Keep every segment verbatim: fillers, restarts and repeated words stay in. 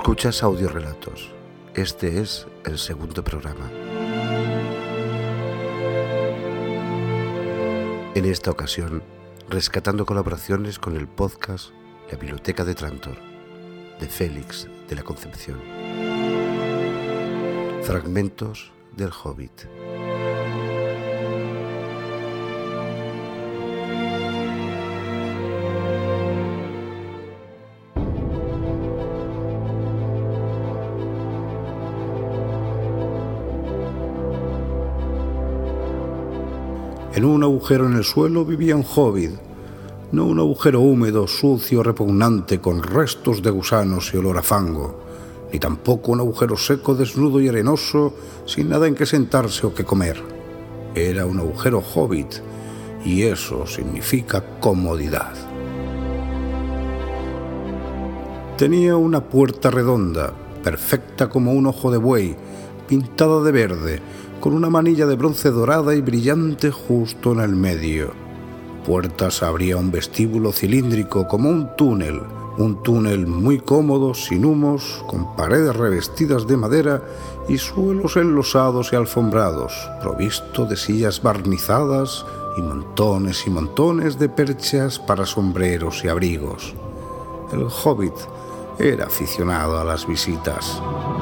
Escuchas Audiorelatos. Este es el segundo programa. En esta ocasión, rescatando colaboraciones con el podcast La Biblioteca de Trantor, de Félix de la Concepción. Fragmentos del Hobbit. En un agujero en el suelo vivía un hobbit, no un agujero húmedo, sucio, repugnante, con restos de gusanos y olor a fango, ni tampoco un agujero seco, desnudo y arenoso, sin nada en que sentarse o que comer. Era un agujero hobbit, y eso significa comodidad. Tenía una puerta redonda, perfecta como un ojo de buey, pintada de verde, con una manilla de bronce dorada y brillante justo en el medio. Puertas abría un vestíbulo cilíndrico como un túnel, un túnel muy cómodo, sin humos, con paredes revestidas de madera y suelos enlosados y alfombrados, provisto de sillas barnizadas y montones y montones de perchas para sombreros y abrigos. El hobbit era aficionado a las visitas.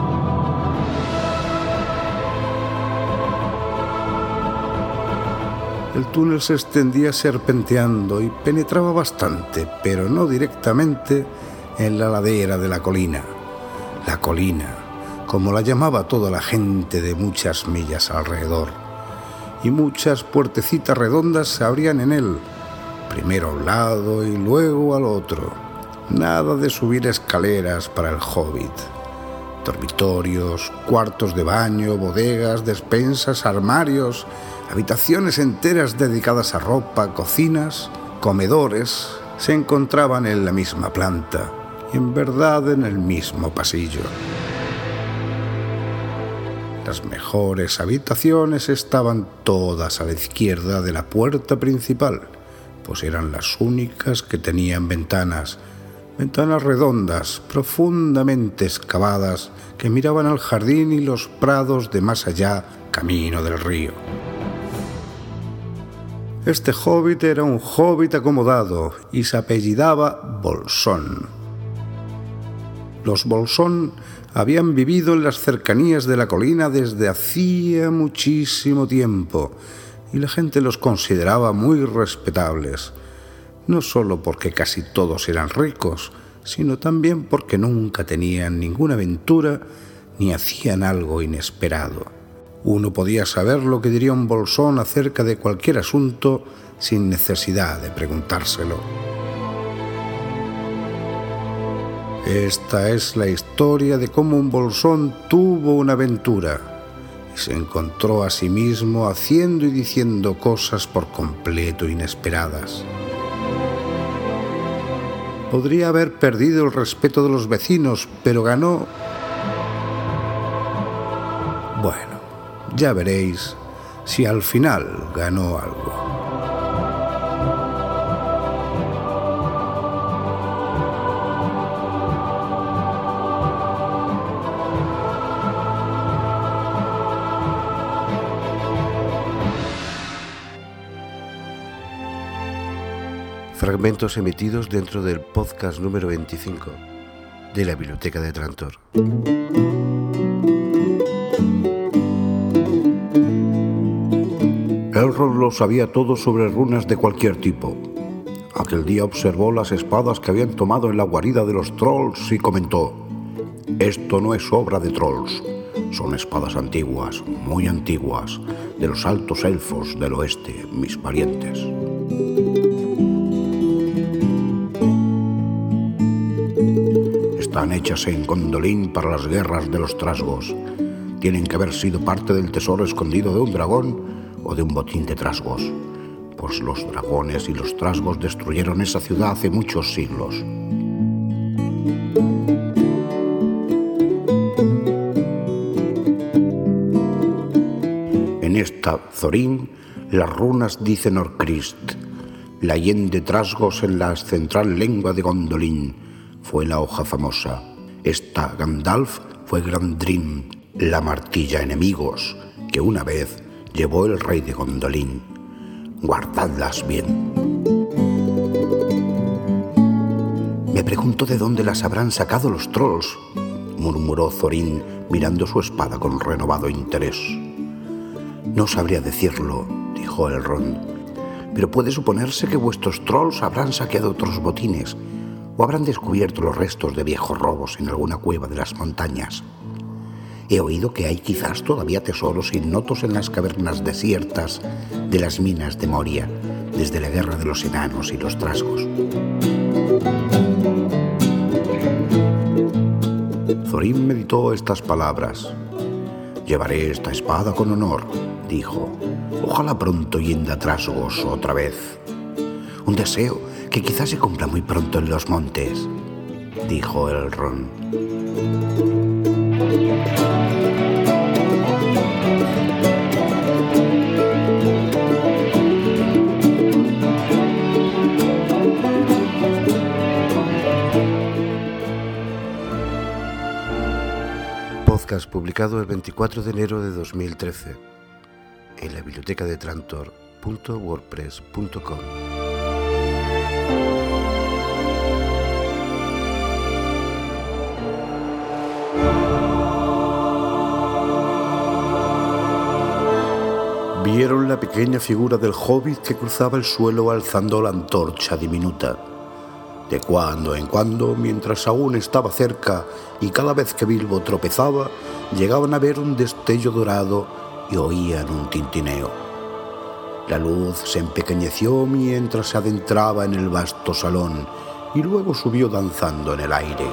El túnel se extendía serpenteando y penetraba bastante, pero no directamente, en la ladera de la colina. La colina, como la llamaba toda la gente de muchas millas alrededor. Y muchas puertecitas redondas se abrían en él, primero a un lado y luego al otro. Nada de subir escaleras para el hobbit. Dormitorios, cuartos de baño, bodegas, despensas, armarios, habitaciones enteras dedicadas a ropa, cocinas, comedores, se encontraban en la misma planta y en verdad en el mismo pasillo. Las mejores habitaciones estaban todas a la izquierda de la puerta principal, pues eran las únicas que tenían ventanas, ventanas redondas, profundamente excavadas, que miraban al jardín y los prados de más allá, camino del río. Este hobbit era un hobbit acomodado y se apellidaba Bolsón. Los Bolsón habían vivido en las cercanías de la colina desde hacía muchísimo tiempo y la gente los consideraba muy respetables, no solo porque casi todos eran ricos, sino también porque nunca tenían ninguna aventura ni hacían algo inesperado. Uno podía saber lo que diría un bolsón acerca de cualquier asunto sin necesidad de preguntárselo. Esta es la historia de cómo un bolsón tuvo una aventura y se encontró a sí mismo haciendo y diciendo cosas por completo inesperadas. Podría haber perdido el respeto de los vecinos, pero ganó... Bueno, ya veréis si al final ganó algo. Fragmentos emitidos dentro del podcast número veinticinco de la Biblioteca de Trantor. Elrond lo sabía todo sobre runas de cualquier tipo. Aquel día observó las espadas que habían tomado en la guarida de los trolls y comentó: «Esto no es obra de trolls, son espadas antiguas, muy antiguas, de los altos elfos del oeste, mis parientes». Están hechas en Gondolin para las guerras de los trasgos. Tienen que haber sido parte del tesoro escondido de un dragón o de un botín de trasgos, pues los dragones y los trasgos destruyeron esa ciudad hace muchos siglos. En esta Thorin, las runas dicen Orcrist, la yen de trasgos en la central lengua de Gondolin. Fue la hoja famosa. Esta Gandalf fue Glamdring, la martilla enemigos, que una vez llevó el rey de Gondolin. Guardadlas bien. Me pregunto de dónde las habrán sacado los trolls, murmuró Thorin mirando su espada con renovado interés. No sabría decirlo, dijo Elrond, pero puede suponerse que vuestros trolls habrán saqueado otros botines o habrán descubierto los restos de viejos robos en alguna cueva de las montañas. He oído que hay quizás todavía tesoros ignotos en las cavernas desiertas de las minas de Moria, desde la guerra de los enanos y los trasgos. Thorin meditó estas palabras. Llevaré esta espada con honor, dijo. Ojalá pronto yenda a trasgos otra vez. Un deseo que quizás se cumpla muy pronto en los montes, dijo Elrond. Podcast publicado el veinticuatro de enero de dos mil trece en la biblioteca de Trantor punto wordpress punto com. Vieron la pequeña figura del hobbit que cruzaba el suelo alzando la antorcha diminuta. De cuando en cuando, mientras aún estaba cerca y cada vez que Bilbo tropezaba, llegaban a ver un destello dorado y oían un tintineo. La luz se empequeñeció mientras se adentraba en el vasto salón y luego subió danzando en el aire.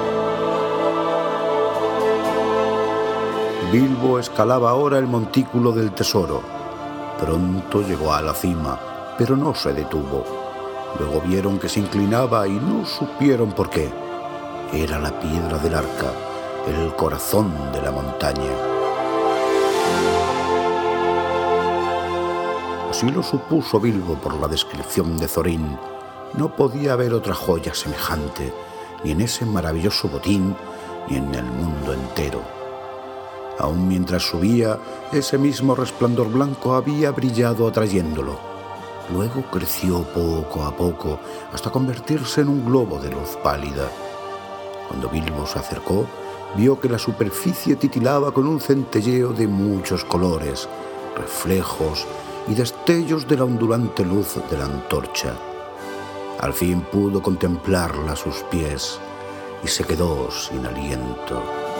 Bilbo escalaba ahora el montículo del tesoro. Pronto llegó a la cima, pero no se detuvo. Luego vieron que se inclinaba y no supieron por qué. Era la piedra del arca, el corazón de la montaña. Así lo supuso Bilbo por la descripción de Thorin. No podía haber otra joya semejante, ni en ese maravilloso botín, ni en el mundo entero. Aun mientras subía, ese mismo resplandor blanco había brillado atrayéndolo. Luego creció poco a poco hasta convertirse en un globo de luz pálida. Cuando Bilbo se acercó, vio que la superficie titilaba con un centelleo de muchos colores, reflejos y destellos de la ondulante luz de la antorcha. Al fin pudo contemplarla a sus pies y se quedó sin aliento.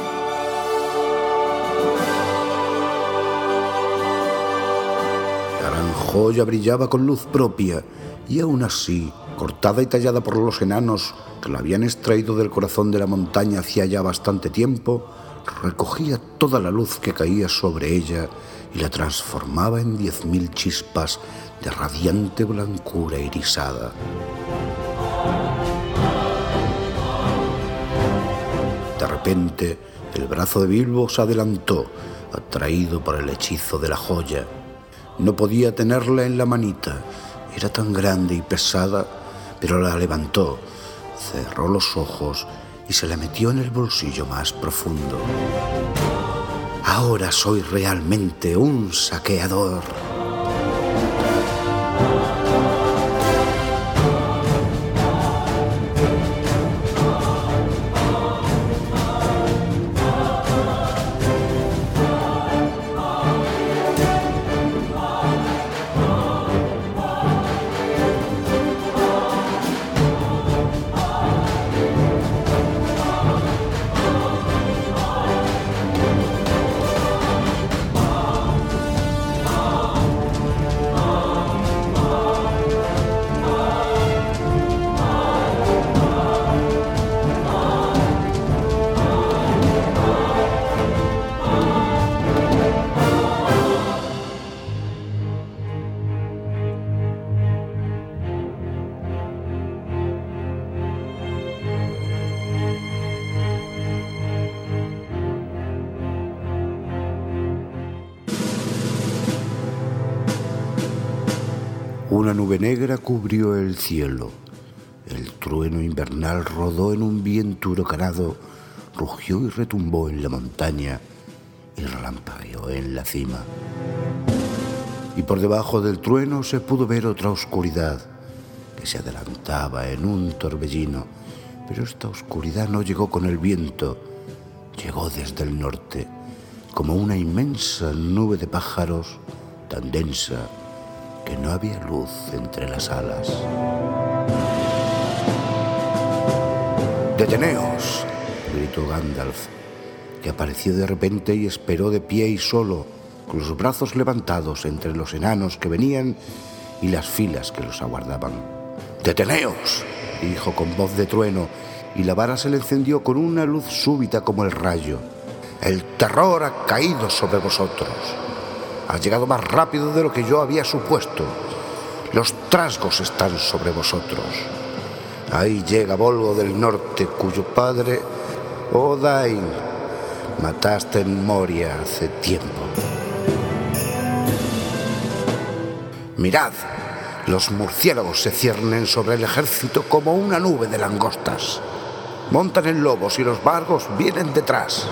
La gran joya brillaba con luz propia y aún así, cortada y tallada por los enanos que la habían extraído del corazón de la montaña hacía ya bastante tiempo, recogía toda la luz que caía sobre ella y la transformaba en diez mil chispas de radiante blancura irisada. De repente, el brazo de Bilbo se adelantó, atraído por el hechizo de la joya. No podía tenerla en la manita, era tan grande y pesada, pero la levantó, cerró los ojos y se la metió en el bolsillo más profundo. Ahora soy realmente un saqueador. Una nube negra cubrió el cielo. El trueno invernal rodó en un viento huracanado rugió y retumbó en la montaña y relampagueó en la cima. Y por debajo del trueno se pudo ver otra oscuridad que se adelantaba en un torbellino, pero esta oscuridad no llegó con el viento, llegó desde el norte, como una inmensa nube de pájaros tan densa que no había luz entre las alas. ¡Deteneos!, gritó Gandalf, que apareció de repente y esperó de pie y solo, con los brazos levantados entre los enanos que venían y las filas que los aguardaban. ¡Deteneos!, dijo con voz de trueno, y la vara se le encendió con una luz súbita como el rayo. El terror ha caído sobre vosotros. Ha llegado más rápido de lo que yo había supuesto. Los trasgos están sobre vosotros. Ahí llega Volgo del Norte, cuyo padre, Odain, mataste en Moria hace tiempo. Mirad, los murciélagos se ciernen sobre el ejército como una nube de langostas. Montan en lobos y los vargos vienen detrás.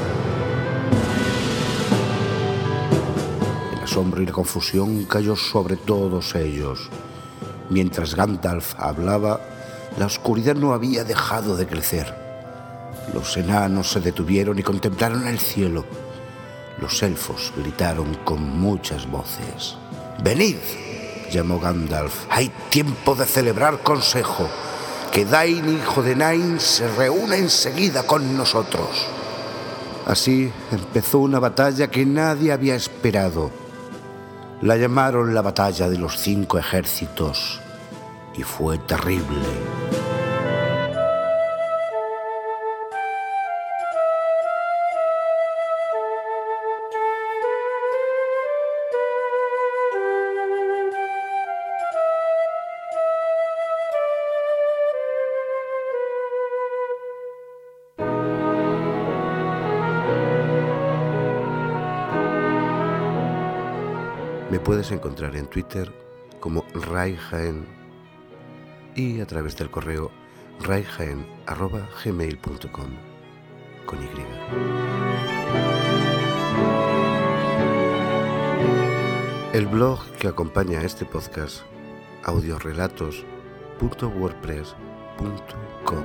El asombro y la confusión cayó sobre todos ellos. Mientras Gandalf hablaba, la oscuridad no había dejado de crecer. Los enanos se detuvieron y contemplaron el cielo. Los elfos gritaron con muchas voces. «¡Venid!», llamó Gandalf. «Hay tiempo de celebrar consejo. Que Dain, hijo de Nain, se reúne enseguida con nosotros». Así empezó una batalla que nadie había esperado. La llamaron la batalla de los cinco ejércitos y fue terrible. Me puedes encontrar en Twitter como raijaen y a través del correo raijaen arroba gmail punto com con Y. El blog que acompaña a este podcast, audiorelatos punto wordpress punto com.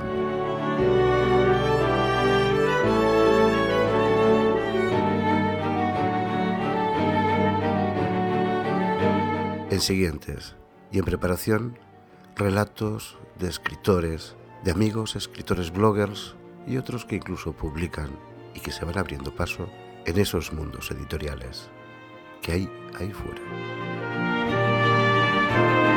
En siguientes y en preparación, relatos de escritores, de amigos escritores bloggers y otros que incluso publican y que se van abriendo paso en esos mundos editoriales que hay ahí fuera.